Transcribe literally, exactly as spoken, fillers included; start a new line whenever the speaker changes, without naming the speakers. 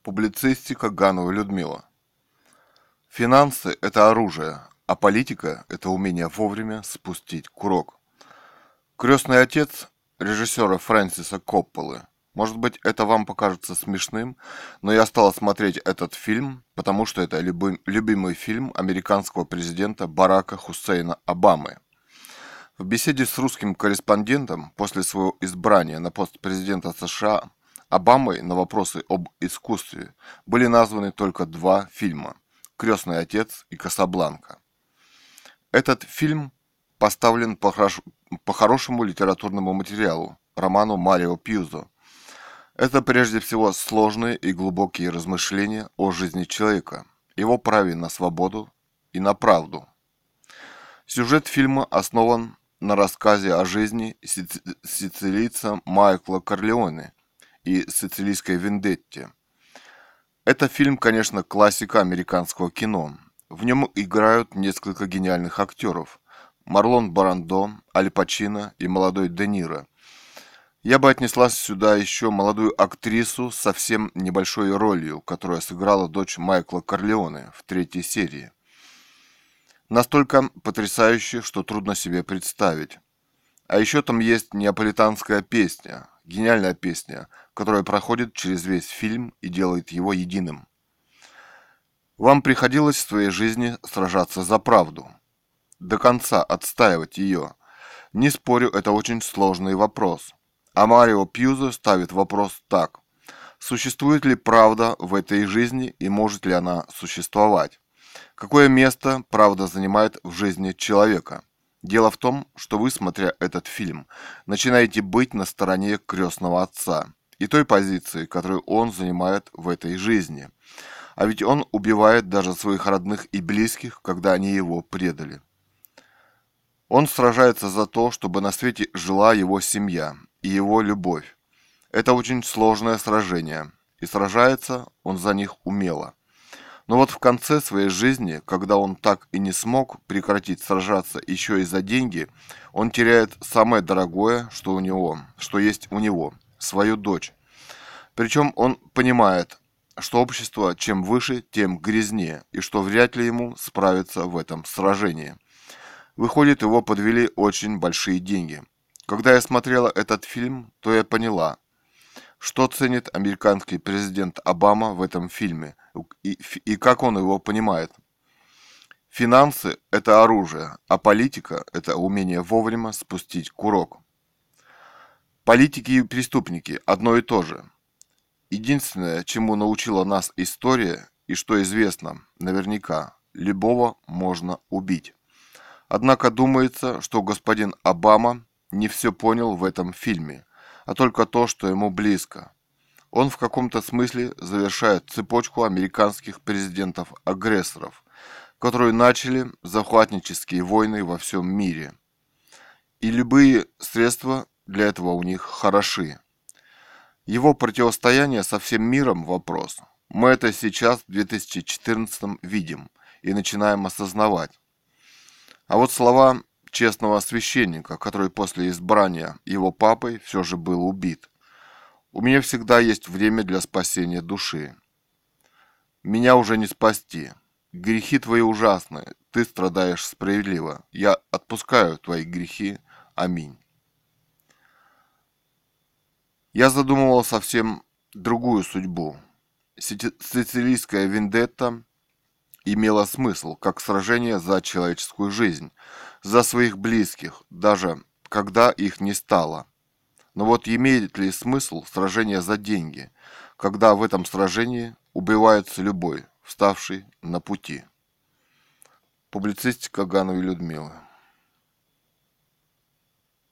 Публицистика Ганова Людмила. Финансы– это оружие, а политика– это умение вовремя спустить курок. «Крестный отец» режиссера Фрэнсиса Копполы. Может быть, это вам покажется смешным, но я стала смотреть этот фильм, потому что это любым- любимый фильм американского президента Барака Хусейна Обамы. В беседе с русским корреспондентом после своего избрания на пост президента США Обамой на вопросы об искусстве были названы только два фильма «Крестный отец» и «Касабланка». Этот фильм поставлен по, хорош- по хорошему литературному материалу, роману Марио Пьюзо. Это прежде всего сложные и глубокие размышления о жизни человека, его праве на свободу и на правду. Сюжет фильма основан на рассказе о жизни сици- сицилийца Майкла Корлеоне и сицилийской вендетте. Это фильм, конечно, классика американского кино. В нем играют несколько гениальных актеров: Марлон Брандо, Аль Пачино и молодой Де Ниро. Я бы отнесла сюда еще молодую актрису с совсем небольшой ролью, которая сыграла дочь Майкла Корлеоне в третьей серии. Настолько потрясающе, что трудно себе представить. А еще там есть неаполитанская песня, гениальная песня, которая проходит через весь фильм и делает его единым. Вам приходилось в своей жизни сражаться за правду, до конца отстаивать ее. Не спорю, это очень сложный вопрос. А Марио Пьюзо ставит вопрос так: существует ли правда в этой жизни и может ли она существовать? Какое место правда занимает в жизни человека? Дело в том, что вы, смотря этот фильм, начинаете быть на стороне крестного отца и той позиции, которую он занимает в этой жизни. А ведь он убивает даже своих родных и близких, когда они его предали. Он сражается за то, чтобы на свете жила его семья и его любовь. Это очень сложное сражение, и сражается он за них умело. Но вот в конце своей жизни, когда он так и не смог прекратить сражаться еще и за деньги, он теряет самое дорогое, что у него, что есть у него, свою дочь. Причем он понимает, что общество чем выше, тем грязнее, и что вряд ли ему справиться в этом сражении. Выходит, его подвели очень большие деньги. Когда я смотрела этот фильм, то я поняла, что ценит американский президент Обама в этом фильме и, и как он его понимает. Финансы– это оружие, а политика– это умение вовремя спустить курок. Политики и преступники– одно и то же. Единственное, чему научила нас история и что известно наверняка, любого можно убить. Однако думается, что господин Обама не все понял в этом фильме, а только то, что ему близко. Он в каком-то смысле завершает цепочку американских президентов-агрессоров, которые начали захватнические войны во всем мире. И любые средства для этого у них хороши. Его противостояние со всем миром – вопрос. Мы это сейчас в две тысячи четырнадцатом видим и начинаем осознавать. А вот слова честного священника, который после избрания его папой все же был убит: «У меня всегда есть время для спасения души. Меня уже не спасти. Грехи твои ужасны, ты страдаешь справедливо. Я отпускаю твои грехи. Аминь». Я задумывал совсем другую судьбу. Сити- Сицилийская вендетта имела смысл как сражение за человеческую жизнь, за своих близких, даже когда их не стало. Но вот имеет ли смысл сражение за деньги, когда в этом сражении убивается любой, вставший на пути? Публицистика Гановой Людмилы.